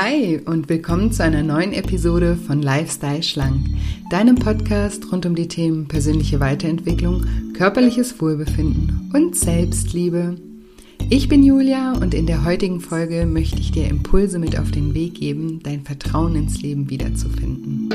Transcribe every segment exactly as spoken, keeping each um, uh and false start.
Hi und willkommen zu einer neuen Episode von Lifestyle Schlank, deinem Podcast rund um die Themen persönliche Weiterentwicklung, körperliches Wohlbefinden und Selbstliebe. Ich bin Julia und in der heutigen Folge möchte ich dir Impulse mit auf den Weg geben, dein Vertrauen ins Leben wiederzufinden.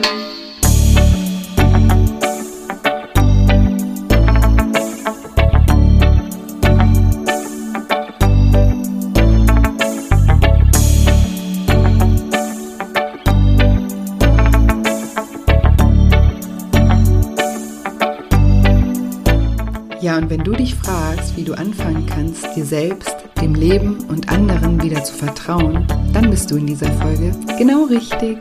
Ja, und wenn du dich fragst, wie du anfangen kannst, dir selbst, dem Leben und anderen wieder zu vertrauen, dann bist du in dieser Folge genau richtig.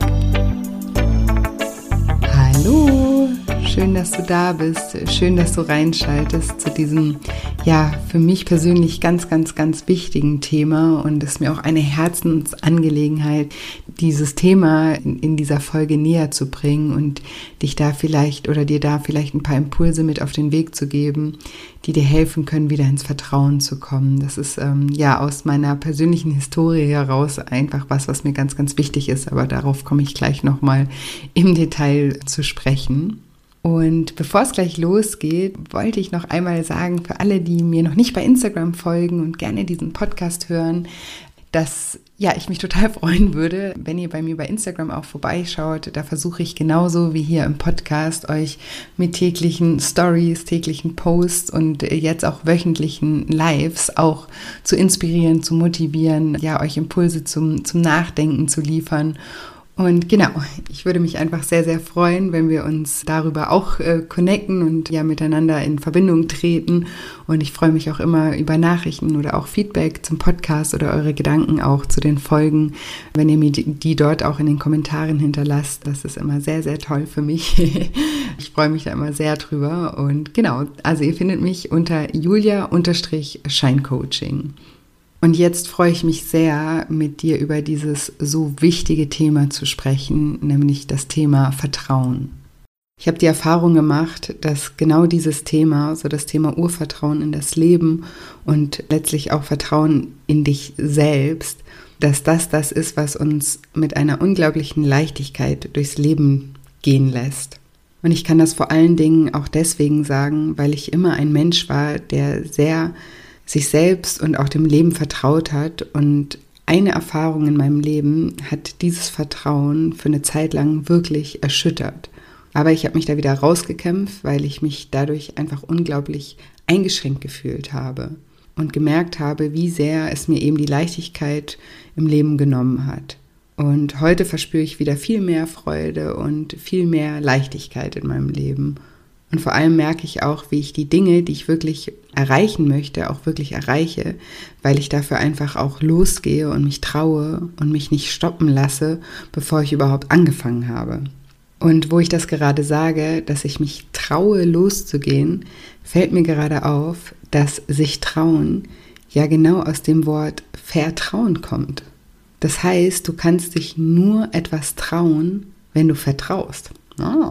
Hallo, schön, dass du da bist, schön, dass du reinschaltest zu diesem, ja, für mich persönlich ganz, ganz, ganz wichtigen Thema, und es ist mir auch eine Herzensangelegenheit, dieses Thema in, in dieser Folge näher zu bringen und dich da vielleicht oder dir da vielleicht ein paar Impulse mit auf den Weg zu geben, die dir helfen können, wieder ins Vertrauen zu kommen. Das ist ähm, ja aus meiner persönlichen Historie heraus einfach was, was mir ganz, ganz wichtig ist, aber darauf komme ich gleich nochmal im Detail zu sprechen. Und bevor es gleich losgeht, wollte ich noch einmal sagen, für alle, die mir noch nicht bei Instagram folgen und gerne diesen Podcast hören, dass ja, ich mich total freuen würde, wenn ihr bei mir bei Instagram auch vorbeischaut. Da versuche ich genauso wie hier im Podcast euch mit täglichen Stories, täglichen Posts und jetzt auch wöchentlichen Lives auch zu inspirieren, zu motivieren, ja, euch Impulse zum, zum Nachdenken zu liefern. Und genau, ich würde mich einfach sehr, sehr freuen, wenn wir uns darüber auch äh, connecten und ja miteinander in Verbindung treten. Und ich freue mich auch immer über Nachrichten oder auch Feedback zum Podcast oder eure Gedanken auch zu den Folgen, wenn ihr mir die, die dort auch in den Kommentaren hinterlasst. Das ist immer sehr, sehr toll für mich. Ich freue mich da immer sehr drüber. Und genau, also ihr findet mich unter Julia-Scheincoaching. Und jetzt freue ich mich sehr, mit dir über dieses so wichtige Thema zu sprechen, nämlich das Thema Vertrauen. Ich habe die Erfahrung gemacht, dass genau dieses Thema, so das Thema Urvertrauen in das Leben und letztlich auch Vertrauen in dich selbst, dass das das ist, was uns mit einer unglaublichen Leichtigkeit durchs Leben gehen lässt. Und ich kann das vor allen Dingen auch deswegen sagen, weil ich immer ein Mensch war, der sehr sich selbst und auch dem Leben vertraut hat, und eine Erfahrung in meinem Leben hat dieses Vertrauen für eine Zeit lang wirklich erschüttert. Aber ich habe mich da wieder rausgekämpft, weil ich mich dadurch einfach unglaublich eingeschränkt gefühlt habe und gemerkt habe, wie sehr es mir eben die Leichtigkeit im Leben genommen hat. Und heute verspüre ich wieder viel mehr Freude und viel mehr Leichtigkeit in meinem Leben. Und vor allem merke ich auch, wie ich die Dinge, die ich wirklich erreichen möchte, auch wirklich erreiche, weil ich dafür einfach auch losgehe und mich traue und mich nicht stoppen lasse, bevor ich überhaupt angefangen habe. Und wo ich das gerade sage, dass ich mich traue, loszugehen, fällt mir gerade auf, dass sich trauen ja genau aus dem Wort Vertrauen kommt. Das heißt, du kannst dich nur etwas trauen, wenn du vertraust. Oh.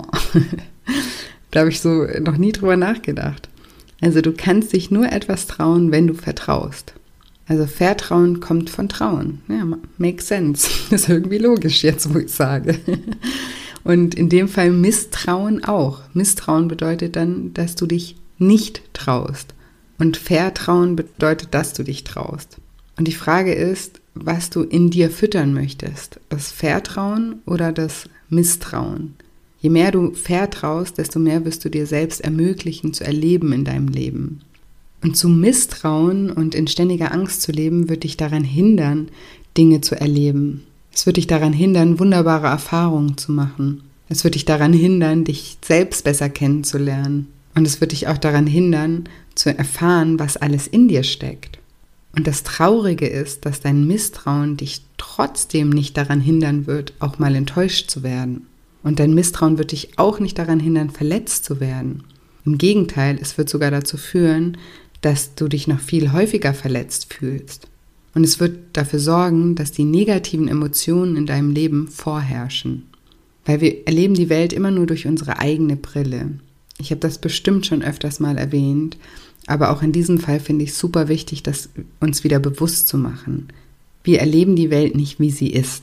Da habe ich so noch nie drüber nachgedacht. Also du kannst dich nur etwas trauen, wenn du vertraust. Also Vertrauen kommt von Trauen. Ja, makes sense. Das ist irgendwie logisch jetzt, wo ich sage. Und in dem Fall Misstrauen auch. Misstrauen bedeutet dann, dass du dich nicht traust. Und Vertrauen bedeutet, dass du dich traust. Und die Frage ist, was du in dir füttern möchtest. Das Vertrauen oder das Misstrauen. Je mehr du vertraust, desto mehr wirst du dir selbst ermöglichen zu erleben in deinem Leben. Und zu misstrauen und in ständiger Angst zu leben, wird dich daran hindern, Dinge zu erleben. Es wird dich daran hindern, wunderbare Erfahrungen zu machen. Es wird dich daran hindern, dich selbst besser kennenzulernen. Und es wird dich auch daran hindern, zu erfahren, was alles in dir steckt. Und das Traurige ist, dass dein Misstrauen dich trotzdem nicht daran hindern wird, auch mal enttäuscht zu werden. Und dein Misstrauen wird dich auch nicht daran hindern, verletzt zu werden. Im Gegenteil, es wird sogar dazu führen, dass du dich noch viel häufiger verletzt fühlst. Und es wird dafür sorgen, dass die negativen Emotionen in deinem Leben vorherrschen. Weil wir erleben die Welt immer nur durch unsere eigene Brille. Ich habe das bestimmt schon öfters mal erwähnt, aber auch in diesem Fall finde ich es super wichtig, das uns wieder bewusst zu machen. Wir erleben die Welt nicht, wie sie ist.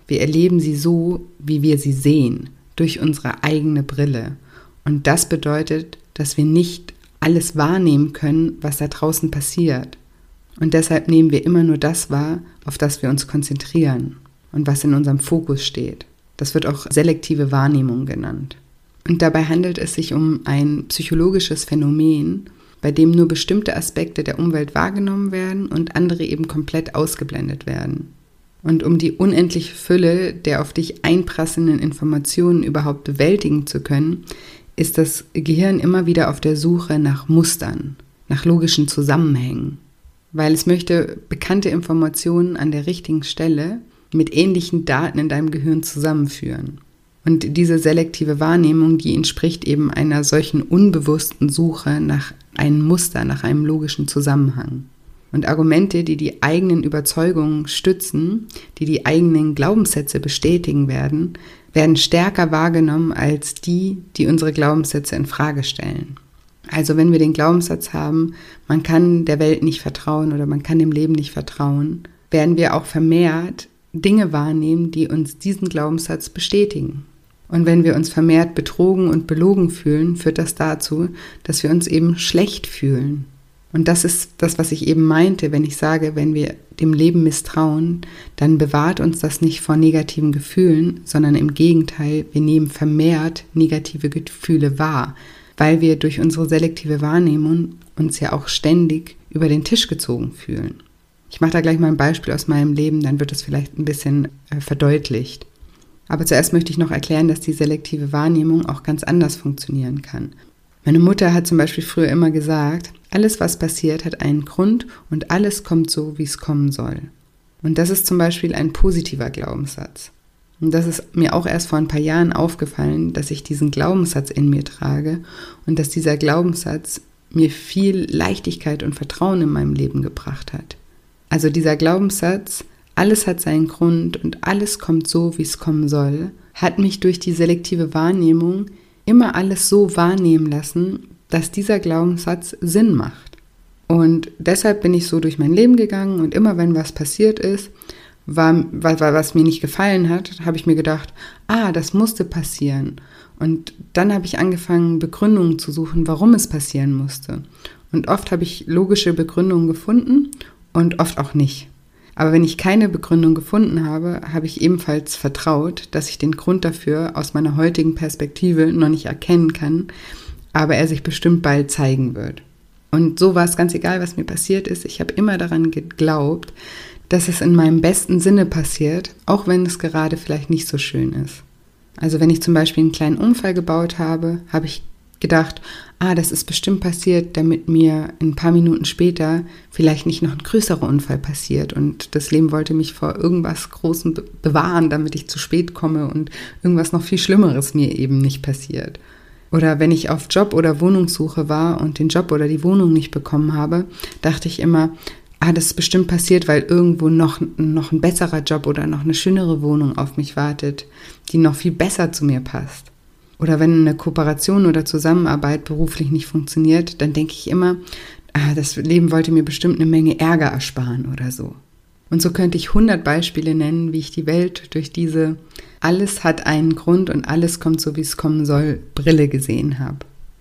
Wir erleben sie so, wie wir sie sehen, durch unsere eigene Brille. Und das bedeutet, dass wir nicht alles wahrnehmen können, was da draußen passiert. Und deshalb nehmen wir immer nur das wahr, auf das wir uns konzentrieren und was in unserem Fokus steht. Das wird auch selektive Wahrnehmung genannt. Und dabei handelt es sich um ein psychologisches Phänomen, bei dem nur bestimmte Aspekte der Umwelt wahrgenommen werden und andere eben komplett ausgeblendet werden. Und um die unendliche Fülle der auf dich einprasselnden Informationen überhaupt bewältigen zu können, ist das Gehirn immer wieder auf der Suche nach Mustern, nach logischen Zusammenhängen, weil es möchte bekannte Informationen an der richtigen Stelle mit ähnlichen Daten in deinem Gehirn zusammenführen. Und diese selektive Wahrnehmung, die entspricht eben einer solchen unbewussten Suche nach einem Muster, nach einem logischen Zusammenhang. Und Argumente, die die eigenen Überzeugungen stützen, die die eigenen Glaubenssätze bestätigen werden, werden stärker wahrgenommen als die, die unsere Glaubenssätze in Frage stellen. Also wenn wir den Glaubenssatz haben, man kann der Welt nicht vertrauen oder man kann dem Leben nicht vertrauen, werden wir auch vermehrt Dinge wahrnehmen, die uns diesen Glaubenssatz bestätigen. Und wenn wir uns vermehrt betrogen und belogen fühlen, führt das dazu, dass wir uns eben schlecht fühlen. Und das ist das, was ich eben meinte, wenn ich sage, wenn wir dem Leben misstrauen, dann bewahrt uns das nicht vor negativen Gefühlen, sondern im Gegenteil, wir nehmen vermehrt negative Gefühle wahr, weil wir durch unsere selektive Wahrnehmung uns ja auch ständig über den Tisch gezogen fühlen. Ich mache da gleich mal ein Beispiel aus meinem Leben, dann wird es vielleicht ein bisschen äh, verdeutlicht. Aber zuerst möchte ich noch erklären, dass die selektive Wahrnehmung auch ganz anders funktionieren kann. Meine Mutter hat zum Beispiel früher immer gesagt, alles, was passiert, hat einen Grund und alles kommt so, wie es kommen soll. Und das ist zum Beispiel ein positiver Glaubenssatz. Und das ist mir auch erst vor ein paar Jahren aufgefallen, dass ich diesen Glaubenssatz in mir trage und dass dieser Glaubenssatz mir viel Leichtigkeit und Vertrauen in meinem Leben gebracht hat. Also dieser Glaubenssatz, alles hat seinen Grund und alles kommt so, wie es kommen soll, hat mich durch die selektive Wahrnehmung immer alles so wahrnehmen lassen, dass dieser Glaubenssatz Sinn macht. Und deshalb bin ich so durch mein Leben gegangen und immer wenn was passiert ist, war, war, was mir nicht gefallen hat, habe ich mir gedacht, ah, das musste passieren. Und dann habe ich angefangen, Begründungen zu suchen, warum es passieren musste. Und oft habe ich logische Begründungen gefunden und oft auch nicht. Aber wenn ich keine Begründung gefunden habe, habe ich ebenfalls vertraut, dass ich den Grund dafür aus meiner heutigen Perspektive noch nicht erkennen kann, aber er sich bestimmt bald zeigen wird. Und so war es ganz egal, was mir passiert ist. Ich habe immer daran geglaubt, dass es in meinem besten Sinne passiert, auch wenn es gerade vielleicht nicht so schön ist. Also wenn ich zum Beispiel einen kleinen Unfall gebaut habe, habe ich gedacht, ah, das ist bestimmt passiert, damit mir ein paar Minuten später vielleicht nicht noch ein größerer Unfall passiert und das Leben wollte mich vor irgendwas Großem be- bewahren, damit ich zu spät komme und irgendwas noch viel Schlimmeres mir eben nicht passiert. Oder wenn ich auf Job- oder Wohnungssuche war und den Job oder die Wohnung nicht bekommen habe, dachte ich immer, ah, das ist bestimmt passiert, weil irgendwo noch, noch ein besserer Job oder noch eine schönere Wohnung auf mich wartet, die noch viel besser zu mir passt. Oder wenn eine Kooperation oder Zusammenarbeit beruflich nicht funktioniert, dann denke ich immer, ah, das Leben wollte mir bestimmt eine Menge Ärger ersparen oder so. Und so könnte ich hundert Beispiele nennen, wie ich die Welt durch diese alles hat einen Grund und alles kommt so, wie es kommen soll, Brille gesehen habe.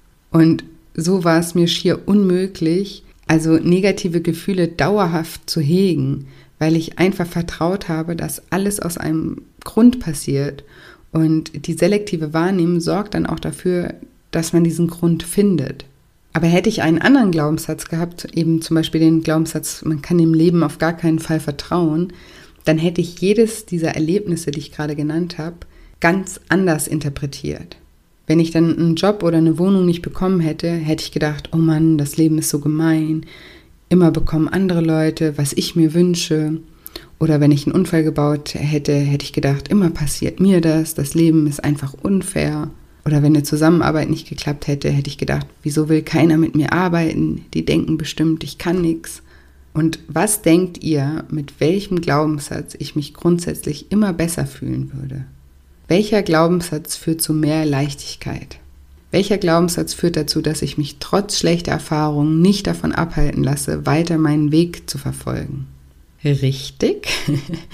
Und so war es mir schier unmöglich, also negative Gefühle dauerhaft zu hegen, weil ich einfach vertraut habe, dass alles aus einem Grund passiert. Und die selektive Wahrnehmung sorgt dann auch dafür, dass man diesen Grund findet. Aber hätte ich einen anderen Glaubenssatz gehabt, eben zum Beispiel den Glaubenssatz, man kann dem Leben auf gar keinen Fall vertrauen, dann hätte ich jedes dieser Erlebnisse, die ich gerade genannt habe, ganz anders interpretiert. Wenn ich dann einen Job oder eine Wohnung nicht bekommen hätte, hätte ich gedacht, oh Mann, das Leben ist so gemein, immer bekommen andere Leute, was ich mir wünsche. Oder wenn ich einen Unfall gebaut hätte, hätte ich gedacht, immer passiert mir das, das Leben ist einfach unfair. Oder wenn eine Zusammenarbeit nicht geklappt hätte, hätte ich gedacht, wieso will keiner mit mir arbeiten? Die denken bestimmt, ich kann nichts. Und was denkt ihr, mit welchem Glaubenssatz ich mich grundsätzlich immer besser fühlen würde? Welcher Glaubenssatz führt zu mehr Leichtigkeit? Welcher Glaubenssatz führt dazu, dass ich mich trotz schlechter Erfahrungen nicht davon abhalten lasse, weiter meinen Weg zu verfolgen? Richtig,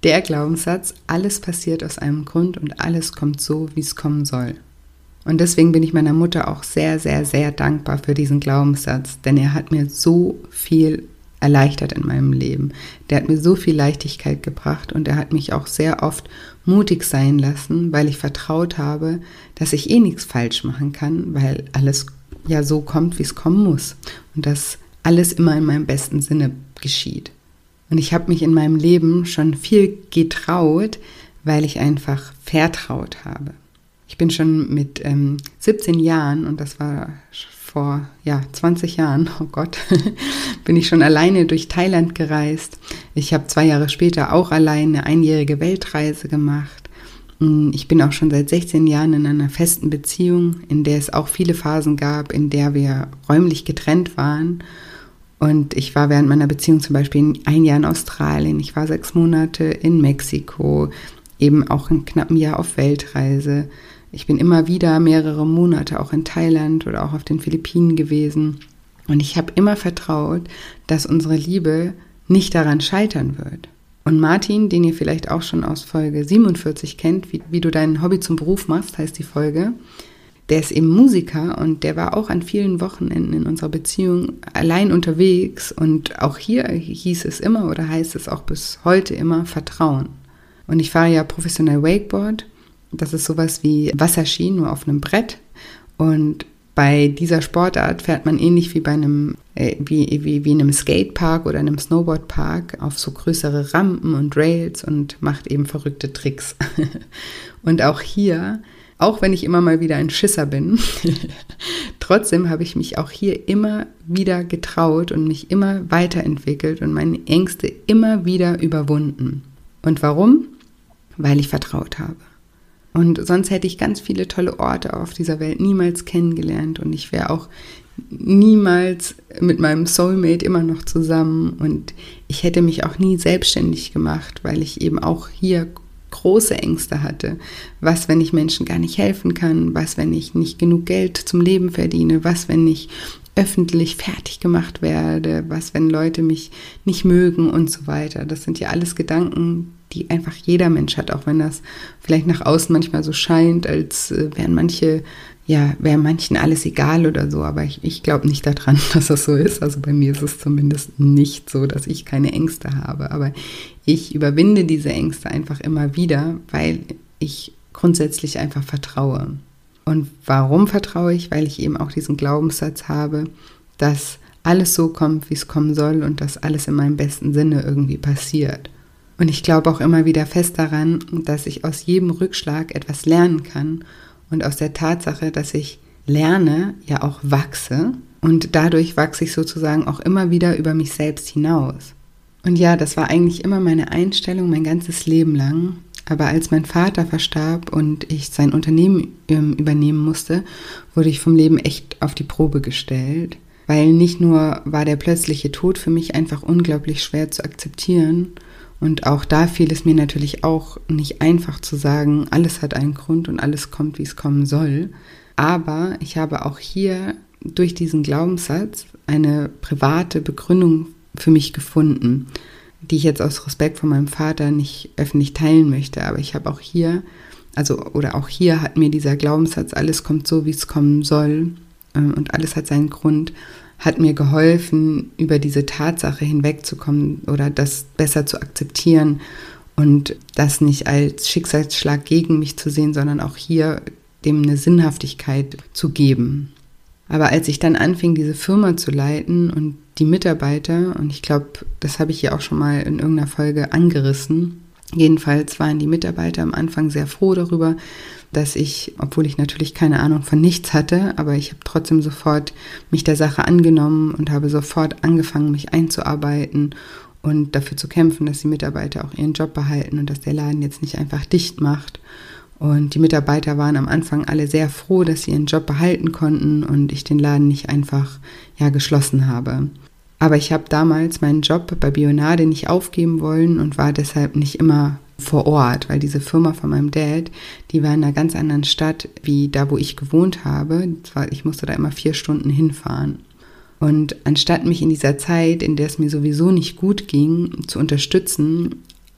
Der Glaubenssatz, alles passiert aus einem Grund und alles kommt so, wie es kommen soll. Und deswegen bin ich meiner Mutter auch sehr, sehr, sehr dankbar für diesen Glaubenssatz, denn er hat mir so viel erleichtert in meinem Leben. Der hat mir so viel Leichtigkeit gebracht und er hat mich auch sehr oft mutig sein lassen, weil ich vertraut habe, dass ich eh nichts falsch machen kann, weil alles ja so kommt, wie es kommen muss und dass alles immer in meinem besten Sinne geschieht. Und ich habe mich in meinem Leben schon viel getraut, weil ich einfach vertraut habe. Ich bin schon mit ähm, siebzehn Jahren, und das war vor ja, zwanzig Jahren, oh Gott, bin ich schon alleine durch Thailand gereist. Ich habe zwei Jahre später auch alleine eine einjährige Weltreise gemacht. Ich bin auch schon seit sechzehn Jahren in einer festen Beziehung, in der es auch viele Phasen gab, in der wir räumlich getrennt waren. Und ich war während meiner Beziehung zum Beispiel ein Jahr in Australien, ich war sechs Monate in Mexiko, eben auch ein knappen Jahr auf Weltreise. Ich bin immer wieder mehrere Monate auch in Thailand oder auch auf den Philippinen gewesen. Und ich habe immer vertraut, dass unsere Liebe nicht daran scheitern wird. Und Martin, den ihr vielleicht auch schon aus Folge siebenundvierzig kennt, wie, wie du dein Hobby zum Beruf machst, heißt die Folge, der ist eben Musiker und der war auch an vielen Wochenenden in unserer Beziehung allein unterwegs. Und auch hier hieß es immer oder heißt es auch bis heute immer Vertrauen. Und ich fahre ja professionell Wakeboard. Das ist sowas wie Wasserski, nur auf einem Brett. Und bei dieser Sportart fährt man ähnlich wie bei einem, äh, wie, wie, wie in einem Skatepark oder einem Snowboardpark auf so größere Rampen und Rails und macht eben verrückte Tricks. Und auch hier, auch wenn ich immer mal wieder ein Schisser bin, trotzdem habe ich mich auch hier immer wieder getraut und mich immer weiterentwickelt und meine Ängste immer wieder überwunden. Und warum? Weil ich vertraut habe. Und sonst hätte ich ganz viele tolle Orte auf dieser Welt niemals kennengelernt und ich wäre auch niemals mit meinem Soulmate immer noch zusammen und ich hätte mich auch nie selbstständig gemacht, weil ich eben auch hier große Ängste hatte. Was, wenn ich Menschen gar nicht helfen kann? Was, wenn ich nicht genug Geld zum Leben verdiene? Was, wenn ich öffentlich fertig gemacht werde? Was, wenn Leute mich nicht mögen und so weiter? Das sind ja alles Gedanken, die einfach jeder Mensch hat, auch wenn das vielleicht nach außen manchmal so scheint, als wären manche, ja, wäre manchen alles egal oder so, aber ich, ich glaube nicht daran, dass das so ist. Also bei mir ist es zumindest nicht so, dass ich keine Ängste habe, aber ich überwinde diese Ängste einfach immer wieder, weil ich grundsätzlich einfach vertraue. Und warum vertraue ich? Weil ich eben auch diesen Glaubenssatz habe, dass alles so kommt, wie es kommen soll und dass alles in meinem besten Sinne irgendwie passiert. Und ich glaube auch immer wieder fest daran, dass ich aus jedem Rückschlag etwas lernen kann und aus der Tatsache, dass ich lerne, ja auch wachse und dadurch wachse ich sozusagen auch immer wieder über mich selbst hinaus. Und ja, das war eigentlich immer meine Einstellung mein ganzes Leben lang, aber als mein Vater verstarb und ich sein Unternehmen ähm, übernehmen musste, wurde ich vom Leben echt auf die Probe gestellt, weil nicht nur war der plötzliche Tod für mich einfach unglaublich schwer zu akzeptieren, und auch da fiel es mir natürlich auch nicht einfach zu sagen, alles hat einen Grund und alles kommt, wie es kommen soll. Aber ich habe auch hier durch diesen Glaubenssatz eine private Begründung für mich gefunden, die ich jetzt aus Respekt vor meinem Vater nicht öffentlich teilen möchte. Aber ich habe auch hier, also oder auch hier hat mir dieser Glaubenssatz, alles kommt so, wie es kommen soll und alles hat seinen Grund, hat mir geholfen, über diese Tatsache hinwegzukommen oder das besser zu akzeptieren und das nicht als Schicksalsschlag gegen mich zu sehen, sondern auch hier dem eine Sinnhaftigkeit zu geben. Aber als ich dann anfing, diese Firma zu leiten und die Mitarbeiter, und ich glaube, das habe ich hier auch schon mal in irgendeiner Folge angerissen, jedenfalls waren die Mitarbeiter am Anfang sehr froh darüber, dass ich, obwohl ich natürlich keine Ahnung von nichts hatte, aber ich habe trotzdem sofort mich der Sache angenommen und habe sofort angefangen, mich einzuarbeiten und dafür zu kämpfen, dass die Mitarbeiter auch ihren Job behalten und dass der Laden jetzt nicht einfach dicht macht. Und die Mitarbeiter waren am Anfang alle sehr froh, dass sie ihren Job behalten konnten und ich den Laden nicht einfach ja, geschlossen habe. Aber ich habe damals meinen Job bei Bionade nicht aufgeben wollen und war deshalb nicht immer vor Ort, weil diese Firma von meinem Dad, die war in einer ganz anderen Stadt, wie da, wo ich gewohnt habe. Zwar, ich musste da immer vier Stunden hinfahren. Und anstatt mich in dieser Zeit, in der es mir sowieso nicht gut ging, zu unterstützen,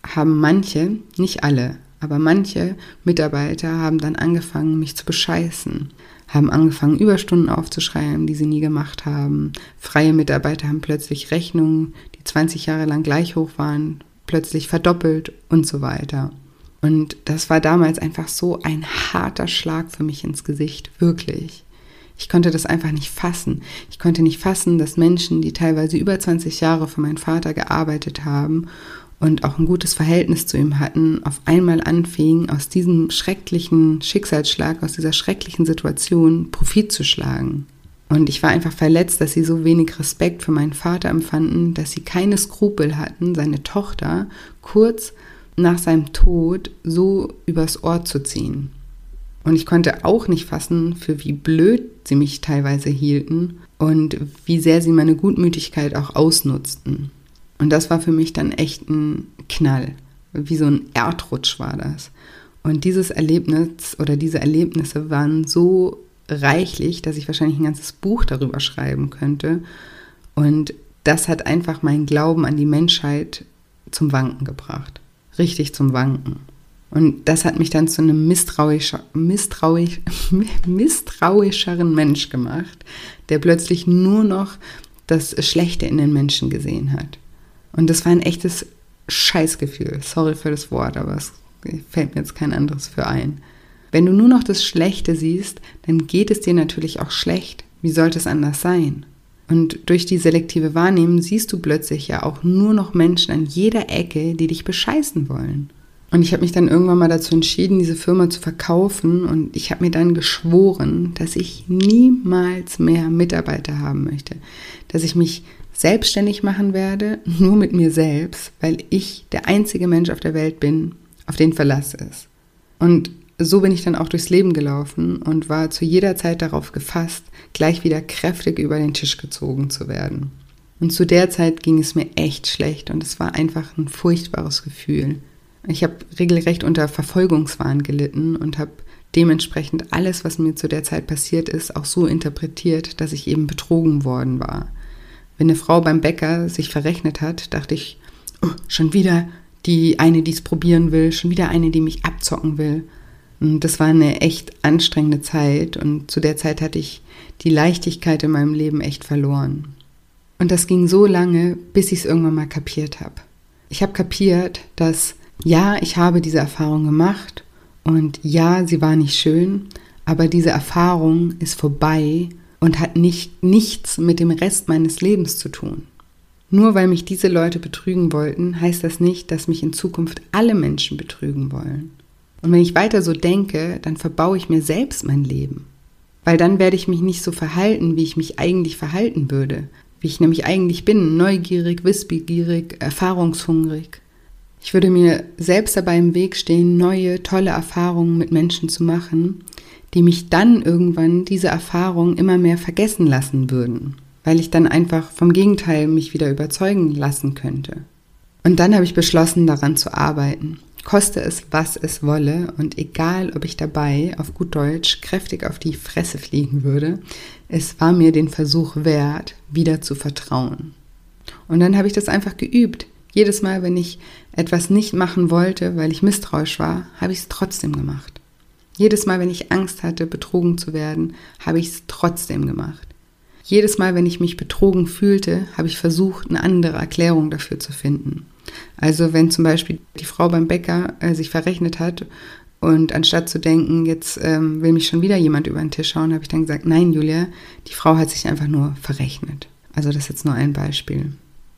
haben manche, nicht alle, aber manche Mitarbeiter haben dann angefangen, mich zu bescheißen, haben angefangen, Überstunden aufzuschreiben, die sie nie gemacht haben. Freie Mitarbeiter haben plötzlich Rechnungen, die zwanzig Jahre lang gleich hoch waren, plötzlich verdoppelt und so weiter. Und das war damals einfach so ein harter Schlag für mich ins Gesicht, wirklich. Ich konnte das einfach nicht fassen. Ich konnte nicht fassen, dass Menschen, die teilweise über zwanzig Jahre für meinen Vater gearbeitet haben und auch ein gutes Verhältnis zu ihm hatten, auf einmal anfingen, aus diesem schrecklichen Schicksalsschlag, aus dieser schrecklichen Situation Profit zu schlagen. Und ich war einfach verletzt, dass sie so wenig Respekt für meinen Vater empfanden, dass sie keine Skrupel hatten, seine Tochter kurz nach seinem Tod so übers Ohr zu ziehen. Und ich konnte auch nicht fassen, für wie blöd sie mich teilweise hielten und wie sehr sie meine Gutmütigkeit auch ausnutzten. Und das war für mich dann echt ein Knall. Wie so ein Erdrutsch war das. Und dieses Erlebnis oder diese Erlebnisse waren so reichlich, dass ich wahrscheinlich ein ganzes Buch darüber schreiben könnte. Und das hat einfach meinen Glauben an die Menschheit zum Wanken gebracht. Richtig zum Wanken. Und das hat mich dann zu einem misstrauischer, misstrauisch, misstrauischeren Mensch gemacht, der plötzlich nur noch das Schlechte in den Menschen gesehen hat. Und das war ein echtes Scheißgefühl. Sorry für das Wort, aber es fällt mir jetzt kein anderes für ein. Wenn du nur noch das Schlechte siehst, dann geht es dir natürlich auch schlecht. Wie sollte es anders sein? Und durch die selektive Wahrnehmung siehst du plötzlich ja auch nur noch Menschen an jeder Ecke, die dich bescheißen wollen. Und ich habe mich dann irgendwann mal dazu entschieden, diese Firma zu verkaufen, und ich habe mir dann geschworen, dass ich niemals mehr Mitarbeiter haben möchte, dass ich mich selbstständig machen werde, nur mit mir selbst, weil ich der einzige Mensch auf der Welt bin, auf den Verlass ist. Und so bin ich dann auch durchs Leben gelaufen und war zu jeder Zeit darauf gefasst, gleich wieder kräftig über den Tisch gezogen zu werden. Und zu der Zeit ging es mir echt schlecht und es war einfach ein furchtbares Gefühl. Ich habe regelrecht unter Verfolgungswahn gelitten und habe dementsprechend alles, was mir zu der Zeit passiert ist, auch so interpretiert, dass ich eben betrogen worden war. Wenn eine Frau beim Bäcker sich verrechnet hat, dachte ich, oh, schon wieder die eine, die es probieren will, schon wieder eine, die mich abzocken will. Und das war eine echt anstrengende Zeit und zu der Zeit hatte ich die Leichtigkeit in meinem Leben echt verloren. Und das ging so lange, bis ich es irgendwann mal kapiert habe. Ich habe kapiert, dass ja, ich habe diese Erfahrung gemacht und ja, sie war nicht schön, aber diese Erfahrung ist vorbei und hat nicht, nichts mit dem Rest meines Lebens zu tun. Nur weil mich diese Leute betrügen wollten, heißt das nicht, dass mich in Zukunft alle Menschen betrügen wollen. Und wenn ich weiter so denke, dann verbaue ich mir selbst mein Leben. Weil dann werde ich mich nicht so verhalten, wie ich mich eigentlich verhalten würde. Wie ich nämlich eigentlich bin, neugierig, wissbegierig, erfahrungshungrig. Ich würde mir selbst dabei im Weg stehen, neue, tolle Erfahrungen mit Menschen zu machen, die mich dann irgendwann diese Erfahrung immer mehr vergessen lassen würden, weil ich dann einfach vom Gegenteil mich wieder überzeugen lassen könnte. Und dann habe ich beschlossen, daran zu arbeiten. Koste es, was es wolle, und egal, ob ich dabei, auf gut Deutsch, kräftig auf die Fresse fliegen würde, es war mir den Versuch wert, wieder zu vertrauen. Und dann habe ich das einfach geübt. Jedes Mal, wenn ich etwas nicht machen wollte, weil ich misstrauisch war, habe ich es trotzdem gemacht. Jedes Mal, wenn ich Angst hatte, betrogen zu werden, habe ich es trotzdem gemacht. Jedes Mal, wenn ich mich betrogen fühlte, habe ich versucht, eine andere Erklärung dafür zu finden. Also wenn zum Beispiel die Frau beim Bäcker äh, sich verrechnet hat und anstatt zu denken, jetzt ähm, will mich schon wieder jemand über den Tisch schauen, habe ich dann gesagt, nein, Julia, die Frau hat sich einfach nur verrechnet. Also das ist jetzt nur ein Beispiel.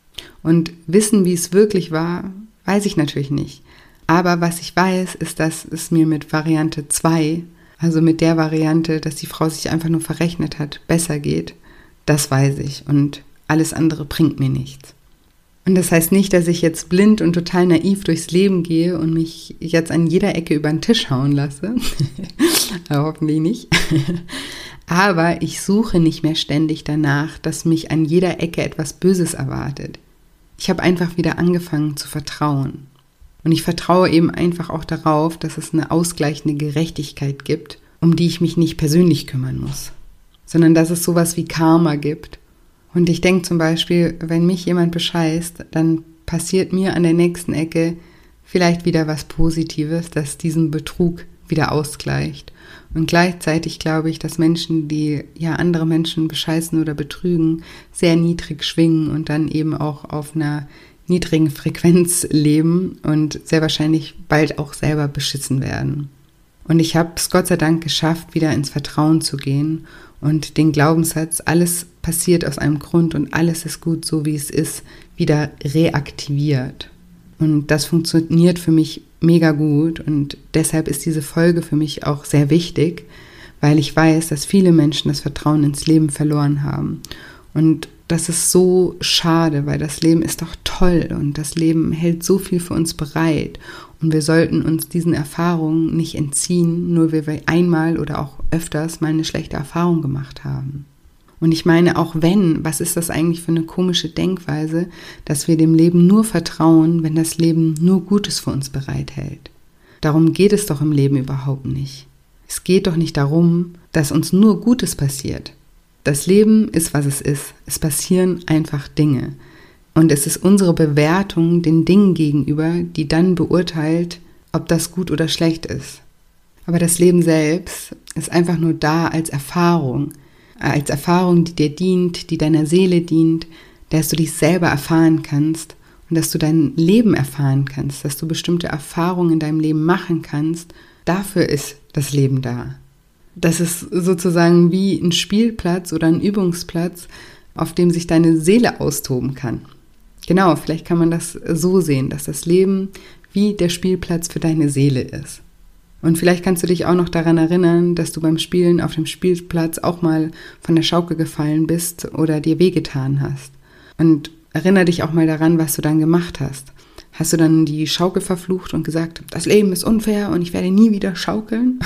Und wissen, wie es wirklich war, weiß ich natürlich nicht. Aber was ich weiß, ist, dass es mir mit Variante zwei, also mit der Variante, dass die Frau sich einfach nur verrechnet hat, besser geht. Das weiß ich und alles andere bringt mir nichts. Und das heißt nicht, dass ich jetzt blind und total naiv durchs Leben gehe und mich jetzt an jeder Ecke über den Tisch hauen lasse. Hoffentlich nicht. Aber ich suche nicht mehr ständig danach, dass mich an jeder Ecke etwas Böses erwartet. Ich habe einfach wieder angefangen zu vertrauen. Und ich vertraue eben einfach auch darauf, dass es eine ausgleichende Gerechtigkeit gibt, um die ich mich nicht persönlich kümmern muss, sondern dass es sowas wie Karma gibt. Und ich denke zum Beispiel, wenn mich jemand bescheißt, dann passiert mir an der nächsten Ecke vielleicht wieder was Positives, das diesen Betrug wieder ausgleicht. Und gleichzeitig glaube ich, dass Menschen, die ja andere Menschen bescheißen oder betrügen, sehr niedrig schwingen und dann eben auch auf einer niedrigen Frequenz leben und sehr wahrscheinlich bald auch selber beschissen werden. Und ich habe es Gott sei Dank geschafft, wieder ins Vertrauen zu gehen und den Glaubenssatz, alles passiert aus einem Grund und alles ist gut, so wie es ist, wieder reaktiviert. Und das funktioniert für mich mega gut und deshalb ist diese Folge für mich auch sehr wichtig, weil ich weiß, dass viele Menschen das Vertrauen ins Leben verloren haben. Und das ist so schade, weil das Leben ist doch toll und das Leben hält so viel für uns bereit. Und wir sollten uns diesen Erfahrungen nicht entziehen, nur weil wir einmal oder auch öfters mal eine schlechte Erfahrung gemacht haben. Und ich meine, auch wenn, was ist das eigentlich für eine komische Denkweise, dass wir dem Leben nur vertrauen, wenn das Leben nur Gutes für uns bereithält. Darum geht es doch im Leben überhaupt nicht. Es geht doch nicht darum, dass uns nur Gutes passiert. Das Leben ist, was es ist. Es passieren einfach Dinge. Und es ist unsere Bewertung den Dingen gegenüber, die dann beurteilt, ob das gut oder schlecht ist. Aber das Leben selbst ist einfach nur da als Erfahrung. Als Erfahrung, die dir dient, die deiner Seele dient, dass du dich selber erfahren kannst und dass du dein Leben erfahren kannst, dass du bestimmte Erfahrungen in deinem Leben machen kannst. Dafür ist das Leben da. Das ist sozusagen wie ein Spielplatz oder ein Übungsplatz, auf dem sich deine Seele austoben kann. Genau, vielleicht kann man das so sehen, dass das Leben wie der Spielplatz für deine Seele ist. Und vielleicht kannst du dich auch noch daran erinnern, dass du beim Spielen auf dem Spielplatz auch mal von der Schaukel gefallen bist oder dir wehgetan hast. Und erinnere dich auch mal daran, was du dann gemacht hast. Hast du dann die Schaukel verflucht und gesagt, das Leben ist unfair und ich werde nie wieder schaukeln?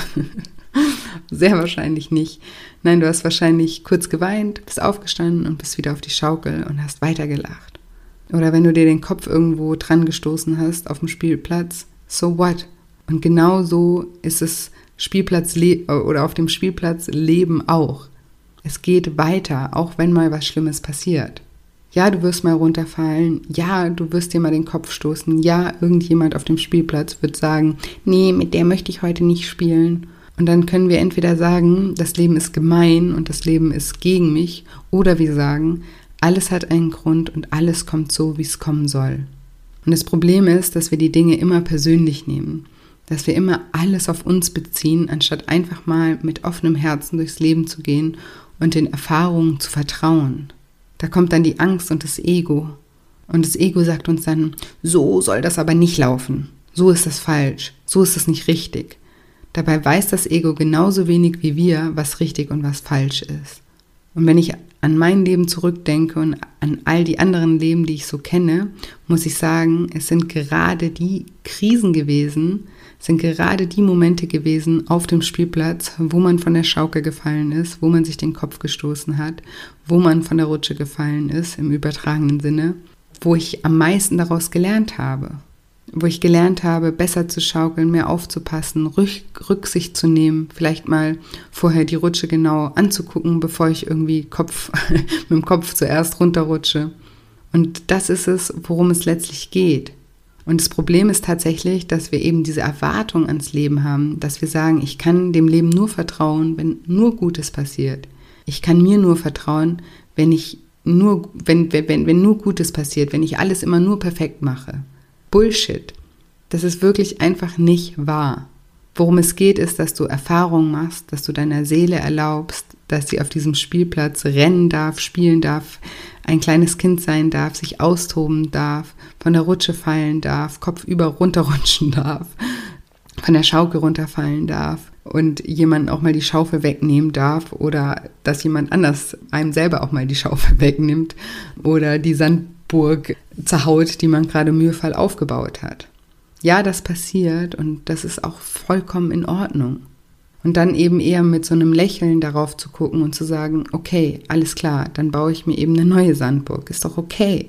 Sehr wahrscheinlich nicht. Nein, du hast wahrscheinlich kurz geweint, bist aufgestanden und bist wieder auf die Schaukel und hast weitergelacht. Oder wenn du dir den Kopf irgendwo dran gestoßen hast auf dem Spielplatz, so what? Und genau so ist es Spielplatz le- oder auf dem Spielplatz Leben auch. Es geht weiter, auch wenn mal was Schlimmes passiert. Ja, du wirst mal runterfallen, ja, du wirst dir mal den Kopf stoßen, ja, irgendjemand auf dem Spielplatz wird sagen, nee, mit der möchte ich heute nicht spielen. Und dann können wir entweder sagen, das Leben ist gemein und das Leben ist gegen mich, oder wir sagen, alles hat einen Grund und alles kommt so, wie es kommen soll. Und das Problem ist, dass wir die Dinge immer persönlich nehmen. Dass wir immer alles auf uns beziehen, anstatt einfach mal mit offenem Herzen durchs Leben zu gehen und den Erfahrungen zu vertrauen. Da kommt dann die Angst und das Ego. Und das Ego sagt uns dann, so soll das aber nicht laufen. So ist das falsch. So ist das nicht richtig. Dabei weiß das Ego genauso wenig wie wir, was richtig und was falsch ist. Und wenn ich an mein Leben zurückdenke und an all die anderen Leben, die ich so kenne, muss ich sagen, es sind gerade die Krisen gewesen, sind gerade die Momente gewesen auf dem Spielplatz, wo man von der Schaukel gefallen ist, wo man sich den Kopf gestoßen hat, wo man von der Rutsche gefallen ist, im übertragenen Sinne, wo ich am meisten daraus gelernt habe. Wo ich gelernt habe, besser zu schaukeln, mehr aufzupassen, Rück- Rücksicht zu nehmen, vielleicht mal vorher die Rutsche genau anzugucken, bevor ich irgendwie Kopf, mit dem Kopf zuerst runterrutsche. Und das ist es, worum es letztlich geht. Und das Problem ist tatsächlich, dass wir eben diese Erwartung ans Leben haben, dass wir sagen, ich kann dem Leben nur vertrauen, wenn nur Gutes passiert. Ich kann mir nur vertrauen, wenn ich nur, wenn, wenn, wenn nur Gutes passiert, wenn ich alles immer nur perfekt mache. Bullshit. Das ist wirklich einfach nicht wahr. Worum es geht, ist, dass du Erfahrungen machst, dass du deiner Seele erlaubst, dass sie auf diesem Spielplatz rennen darf, spielen darf, ein kleines Kind sein darf, sich austoben darf, von der Rutsche fallen darf, kopfüber runterrutschen darf, von der Schaukel runterfallen darf und jemand auch mal die Schaufel wegnehmen darf oder dass jemand anders einem selber auch mal die Schaufel wegnimmt oder die Sandburg zerhaut, die man gerade mühevoll aufgebaut hat. Ja, das passiert und das ist auch vollkommen in Ordnung. Und dann eben eher mit so einem Lächeln darauf zu gucken und zu sagen, okay, alles klar, dann baue ich mir eben eine neue Sandburg, ist doch okay.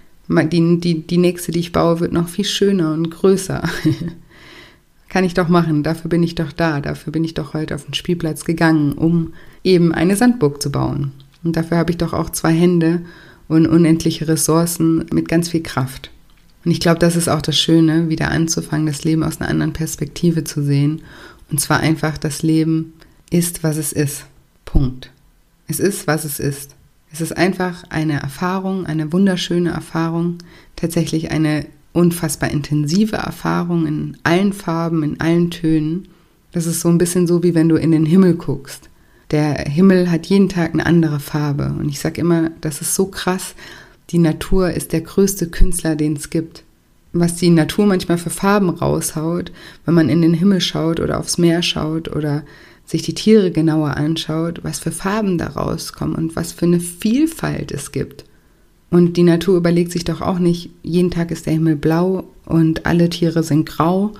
Die, die, die nächste, die ich baue, wird noch viel schöner und größer. Kann ich doch machen, dafür bin ich doch da, dafür bin ich doch heute auf den Spielplatz gegangen, um eben eine Sandburg zu bauen. Und dafür habe ich doch auch zwei Hände und unendliche Ressourcen mit ganz viel Kraft. Und ich glaube, das ist auch das Schöne, wieder anzufangen, das Leben aus einer anderen Perspektive zu sehen. Und zwar einfach, das Leben ist, was es ist. Punkt. Es ist, was es ist. Es ist einfach eine Erfahrung, eine wunderschöne Erfahrung, tatsächlich eine unfassbar intensive Erfahrung in allen Farben, in allen Tönen. Das ist so ein bisschen so, wie wenn du in den Himmel guckst. Der Himmel hat jeden Tag eine andere Farbe. Und ich sage immer, das ist so krass. Die Natur ist der größte Künstler, den es gibt. Was die Natur manchmal für Farben raushaut, wenn man in den Himmel schaut oder aufs Meer schaut oder sich die Tiere genauer anschaut, was für Farben da rauskommen und was für eine Vielfalt es gibt. Und die Natur überlegt sich doch auch nicht, jeden Tag ist der Himmel blau und alle Tiere sind grau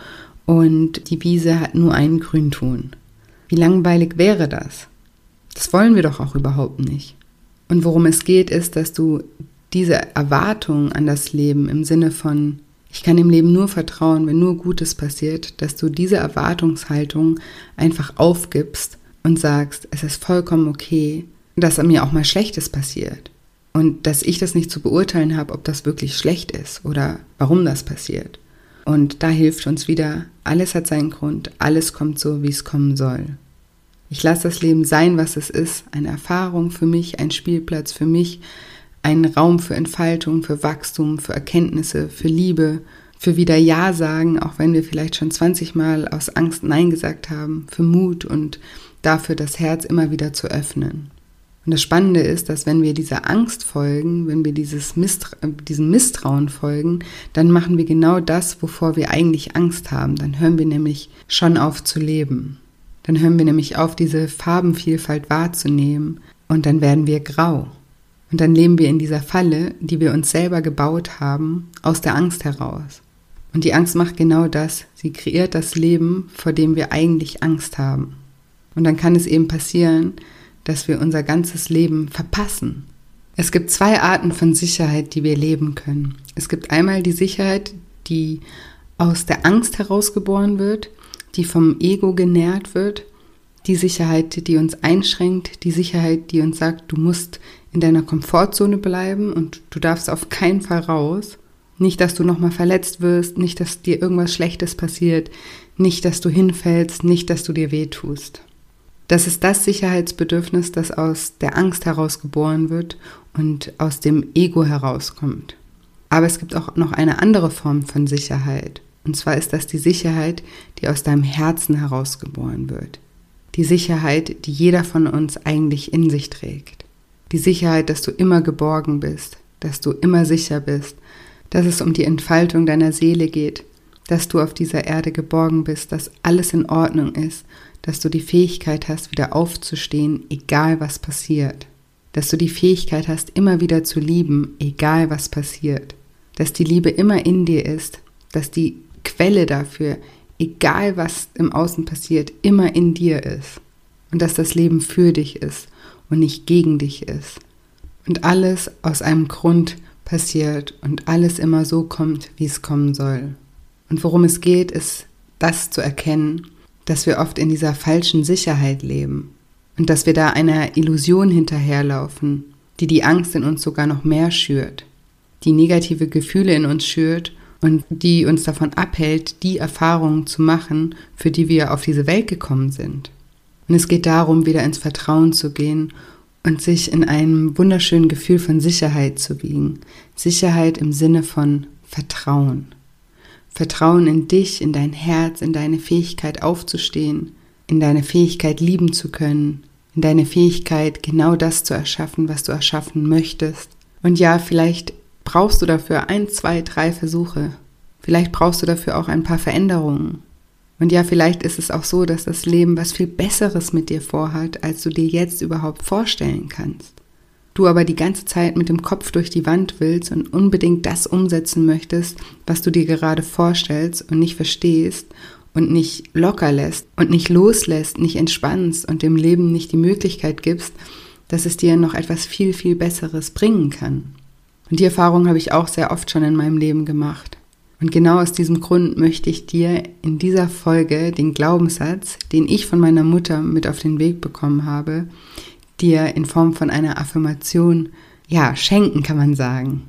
und die Wiese hat nur einen Grünton. Wie langweilig wäre das? Das wollen wir doch auch überhaupt nicht. Und worum es geht, ist, dass du diese Erwartung an das Leben im Sinne von, ich kann dem Leben nur vertrauen, wenn nur Gutes passiert, dass du diese Erwartungshaltung einfach aufgibst und sagst, es ist vollkommen okay, dass an mir auch mal Schlechtes passiert. Und dass ich das nicht zu beurteilen habe, ob das wirklich schlecht ist oder warum das passiert. Und da hilft uns wieder, alles hat seinen Grund, alles kommt so, wie es kommen soll. Ich lasse das Leben sein, was es ist, eine Erfahrung für mich, ein Spielplatz für mich, ein Raum für Entfaltung, für Wachstum, für Erkenntnisse, für Liebe, für wieder Ja sagen, auch wenn wir vielleicht schon zwanzig Mal aus Angst Nein gesagt haben, für Mut und dafür das Herz immer wieder zu öffnen. Und das Spannende ist, dass wenn wir dieser Angst folgen, wenn wir dieses Mistra- diesem Misstrauen folgen, dann machen wir genau das, wovor wir eigentlich Angst haben. Dann hören wir nämlich schon auf zu leben. Dann hören wir nämlich auf, diese Farbenvielfalt wahrzunehmen und dann werden wir grau. Und dann leben wir in dieser Falle, die wir uns selber gebaut haben, aus der Angst heraus. Und die Angst macht genau das. Sie kreiert das Leben, vor dem wir eigentlich Angst haben. Und dann kann es eben passieren, dass wir unser ganzes Leben verpassen. Es gibt zwei Arten von Sicherheit, die wir leben können. Es gibt einmal die Sicherheit, die aus der Angst herausgeboren wird, die vom Ego genährt wird, die Sicherheit, die uns einschränkt, die Sicherheit, die uns sagt, du musst in deiner Komfortzone bleiben und du darfst auf keinen Fall raus. Nicht, dass du nochmal verletzt wirst, nicht, dass dir irgendwas Schlechtes passiert, nicht, dass du hinfällst, nicht, dass du dir wehtust. Das ist das Sicherheitsbedürfnis, das aus der Angst heraus geboren wird und aus dem Ego herauskommt. Aber es gibt auch noch eine andere Form von Sicherheit. Und zwar ist das die Sicherheit, die aus deinem Herzen herausgeboren wird. Die Sicherheit, die jeder von uns eigentlich in sich trägt. Die Sicherheit, dass du immer geborgen bist, dass du immer sicher bist, dass es um die Entfaltung deiner Seele geht, dass du auf dieser Erde geborgen bist, dass alles in Ordnung ist, dass du die Fähigkeit hast, wieder aufzustehen, egal was passiert. Dass du die Fähigkeit hast, immer wieder zu lieben, egal was passiert. Dass die Liebe immer in dir ist, dass die Quelle dafür, egal was im Außen passiert, immer in dir ist. Und dass das Leben für dich ist und nicht gegen dich ist. Und alles aus einem Grund passiert und alles immer so kommt, wie es kommen soll. Und worum es geht, ist, das zu erkennen, dass wir oft in dieser falschen Sicherheit leben und dass wir da einer Illusion hinterherlaufen, die die Angst in uns sogar noch mehr schürt, die negative Gefühle in uns schürt und die uns davon abhält, die Erfahrungen zu machen, für die wir auf diese Welt gekommen sind. Und es geht darum, wieder ins Vertrauen zu gehen und sich in einem wunderschönen Gefühl von Sicherheit zu wiegen. Sicherheit im Sinne von Vertrauen. Vertrauen in dich, in dein Herz, in deine Fähigkeit aufzustehen, in deine Fähigkeit lieben zu können, in deine Fähigkeit, genau das zu erschaffen, was du erschaffen möchtest. Und ja, vielleicht brauchst du dafür ein, zwei, drei Versuche. Vielleicht brauchst du dafür auch ein paar Veränderungen. Und ja, vielleicht ist es auch so, dass das Leben was viel Besseres mit dir vorhat, als du dir jetzt überhaupt vorstellen kannst. Du aber die ganze Zeit mit dem Kopf durch die Wand willst und unbedingt das umsetzen möchtest, was du dir gerade vorstellst und nicht verstehst und nicht locker lässt und nicht loslässt, nicht entspannst und dem Leben nicht die Möglichkeit gibst, dass es dir noch etwas viel, viel Besseres bringen kann. Und die Erfahrung habe ich auch sehr oft schon in meinem Leben gemacht. Und genau aus diesem Grund möchte ich dir in dieser Folge den Glaubenssatz, den ich von meiner Mutter mit auf den Weg bekommen habe, dir in Form von einer Affirmation, ja, schenken kann man sagen.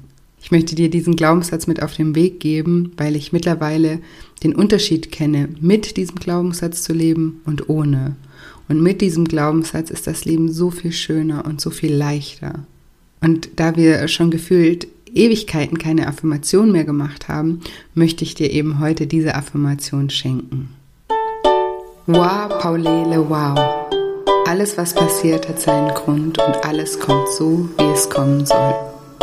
Ich möchte dir diesen Glaubenssatz mit auf den Weg geben, weil ich mittlerweile den Unterschied kenne, mit diesem Glaubenssatz zu leben und ohne. Und mit diesem Glaubenssatz ist das Leben so viel schöner und so viel leichter. Und da wir schon gefühlt Ewigkeiten keine Affirmation mehr gemacht haben, möchte ich dir eben heute diese Affirmation schenken. Wow, Paulele, wow. Alles, was passiert, hat seinen Grund und alles kommt so, wie es kommen soll.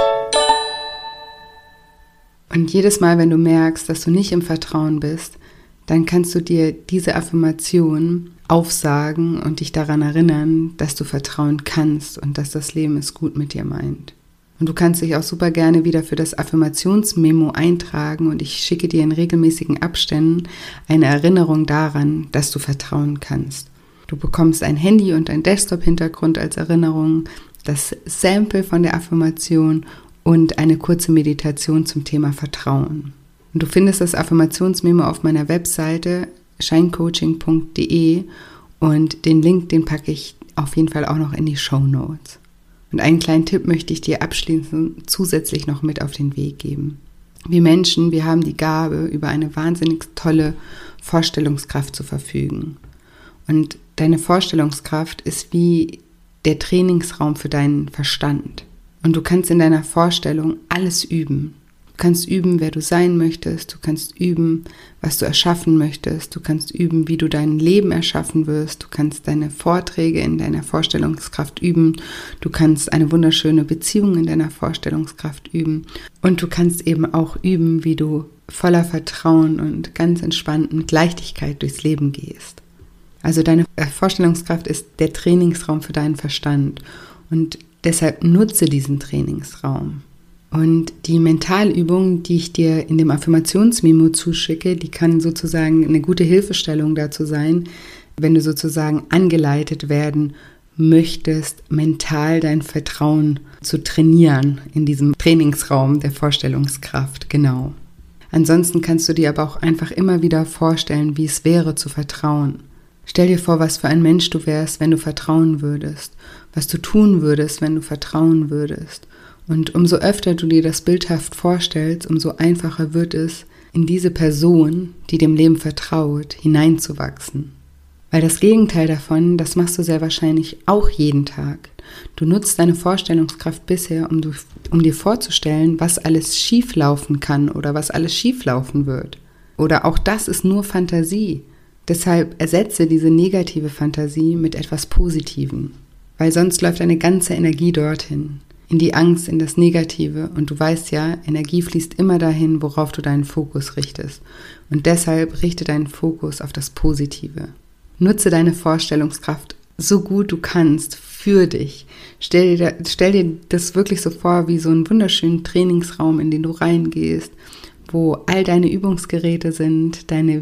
Und jedes Mal, wenn du merkst, dass du nicht im Vertrauen bist, dann kannst du dir diese Affirmation aufsagen und dich daran erinnern, dass du vertrauen kannst und dass das Leben es gut mit dir meint. Und du kannst dich auch super gerne wieder für das Affirmationsmemo eintragen und ich schicke dir in regelmäßigen Abständen eine Erinnerung daran, dass du vertrauen kannst. Du bekommst ein Handy und ein Desktop-Hintergrund als Erinnerung, das Sample von der Affirmation und eine kurze Meditation zum Thema Vertrauen. Und du findest das Affirmationsmemo auf meiner Webseite shinecoaching punkt de und den Link, den packe ich auf jeden Fall auch noch in die Shownotes. Und einen kleinen Tipp möchte ich dir abschließend zusätzlich noch mit auf den Weg geben. Wir Menschen, wir haben die Gabe, über eine wahnsinnig tolle Vorstellungskraft zu verfügen. Und deine Vorstellungskraft ist wie der Trainingsraum für deinen Verstand. Und du kannst in deiner Vorstellung alles üben. Du kannst üben, wer du sein möchtest. Du kannst üben, was du erschaffen möchtest. Du kannst üben, wie du dein Leben erschaffen wirst. Du kannst deine Vorträge in deiner Vorstellungskraft üben. Du kannst eine wunderschöne Beziehung in deiner Vorstellungskraft üben. Und du kannst eben auch üben, wie du voller Vertrauen und ganz entspannt mit Leichtigkeit durchs Leben gehst. Also deine Vorstellungskraft ist der Trainingsraum für deinen Verstand. Und deshalb nutze diesen Trainingsraum. Und die Mentalübung, die ich dir in dem Affirmationsmemo zuschicke, die kann sozusagen eine gute Hilfestellung dazu sein, wenn du sozusagen angeleitet werden möchtest, mental dein Vertrauen zu trainieren in diesem Trainingsraum der Vorstellungskraft, genau. Ansonsten kannst du dir aber auch einfach immer wieder vorstellen, wie es wäre zu vertrauen. Stell dir vor, was für ein Mensch du wärst, wenn du vertrauen würdest, was du tun würdest, wenn du vertrauen würdest. Und umso öfter du dir das bildhaft vorstellst, umso einfacher wird es, in diese Person, die dem Leben vertraut, hineinzuwachsen. Weil das Gegenteil davon, das machst du sehr wahrscheinlich auch jeden Tag. Du nutzt deine Vorstellungskraft bisher, um, du, um dir vorzustellen, was alles schieflaufen kann oder was alles schieflaufen wird. Oder auch das ist nur Fantasie. Deshalb ersetze diese negative Fantasie mit etwas Positivem. Weil sonst läuft deine ganze Energie dorthin. In die Angst, in das Negative. Und du weißt ja, Energie fließt immer dahin, worauf du deinen Fokus richtest. Und deshalb richte deinen Fokus auf das Positive. Nutze deine Vorstellungskraft so gut du kannst für dich. Stell dir, stell dir das wirklich so vor wie so einen wunderschönen Trainingsraum, in den du reingehst, wo all deine Übungsgeräte sind, deine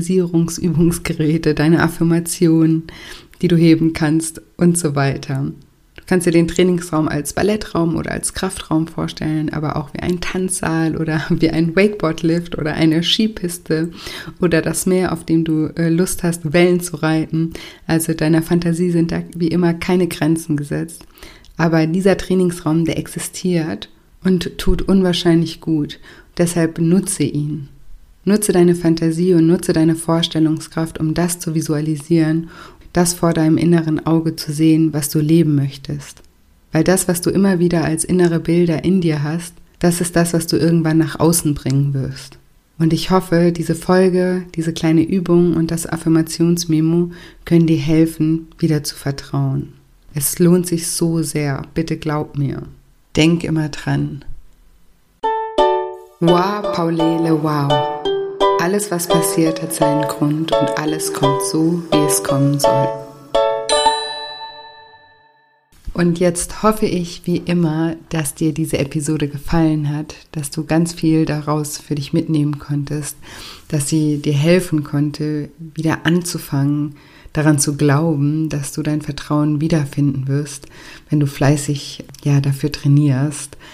Visualisierungsübungsgeräte, deine Affirmationen, die du heben kannst und so weiter. Du kannst dir den Trainingsraum als Ballettraum oder als Kraftraum vorstellen, aber auch wie ein Tanzsaal oder wie ein Wakeboardlift oder eine Skipiste oder das Meer, auf dem du Lust hast, Wellen zu reiten. Also deiner Fantasie sind da wie immer keine Grenzen gesetzt. Aber dieser Trainingsraum, der existiert und tut unwahrscheinlich gut. Deshalb nutze ihn. Nutze deine Fantasie und nutze deine Vorstellungskraft, um das zu visualisieren, das vor deinem inneren Auge zu sehen, was du leben möchtest. Weil das, was du immer wieder als innere Bilder in dir hast, das ist das, was du irgendwann nach außen bringen wirst. Und ich hoffe, diese Folge, diese kleine Übung und das Affirmationsmemo können dir helfen, wieder zu vertrauen. Es lohnt sich so sehr, bitte glaub mir. Denk immer dran. Wow, Paulele, wow. Alles, was passiert, hat seinen Grund und alles kommt so, wie es kommen soll. Und jetzt hoffe ich, wie immer, dass dir diese Episode gefallen hat, dass du ganz viel daraus für dich mitnehmen konntest, dass sie dir helfen konnte, wieder anzufangen, daran zu glauben, dass du dein Vertrauen wiederfinden wirst, wenn du fleißig ja, dafür trainierst.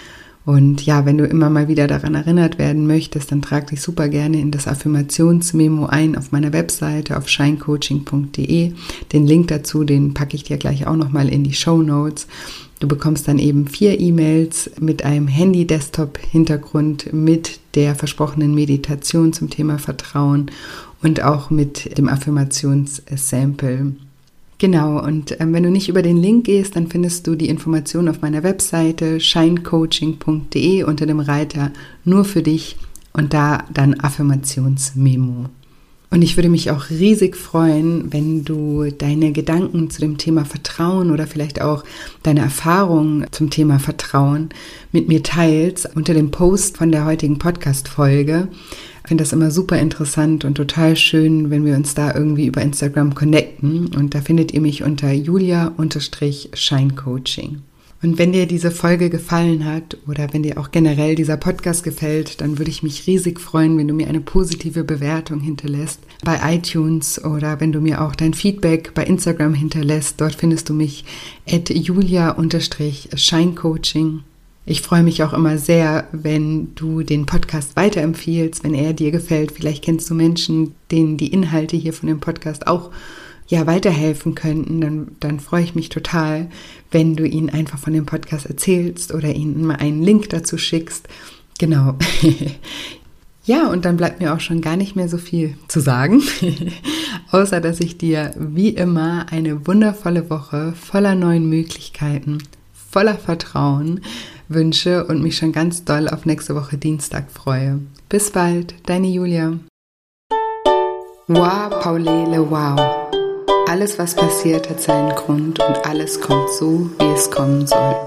Und ja, wenn du immer mal wieder daran erinnert werden möchtest, dann trag dich super gerne in das Affirmationsmemo ein auf meiner Webseite auf shine coaching punkt de. Den Link dazu, den packe ich dir gleich auch nochmal in die Shownotes. Du bekommst dann eben vier E-Mails mit einem Handy-Desktop-Hintergrund, mit der versprochenen Meditation zum Thema Vertrauen und auch mit dem Affirmations-Sample. Genau, und ähm, wenn du nicht über den Link gehst, dann findest du die Informationen auf meiner Webseite shine coaching punkt de unter dem Reiter Nur für dich und da dann Affirmationsmemo. Und ich würde mich auch riesig freuen, wenn du deine Gedanken zu dem Thema Vertrauen oder vielleicht auch deine Erfahrungen zum Thema Vertrauen mit mir teilst unter dem Post von der heutigen Podcast-Folge. Ich finde das immer super interessant und total schön, wenn wir uns da irgendwie über Instagram connecten. Und da findet ihr mich unter julia shine coaching. Und wenn dir diese Folge gefallen hat oder wenn dir auch generell dieser Podcast gefällt, dann würde ich mich riesig freuen, wenn du mir eine positive Bewertung hinterlässt bei iTunes oder wenn du mir auch dein Feedback bei Instagram hinterlässt. Dort findest du mich at julia shine coaching. Ich freue mich auch immer sehr, wenn du den Podcast weiterempfiehlst, wenn er dir gefällt. Vielleicht kennst du Menschen, denen die Inhalte hier von dem Podcast auch ja, weiterhelfen könnten, dann, dann freue ich mich total, wenn du ihnen einfach von dem Podcast erzählst oder ihnen mal einen Link dazu schickst. Genau. Ja, und dann bleibt mir auch schon gar nicht mehr so viel zu sagen, außer dass ich dir wie immer eine wundervolle Woche voller neuen Möglichkeiten, voller Vertrauen wünsche und mich schon ganz doll auf nächste Woche Dienstag freue. Bis bald, deine Julia. Wow, Paulele, wow. Alles, was passiert, hat seinen Grund und alles kommt so, wie es kommen soll.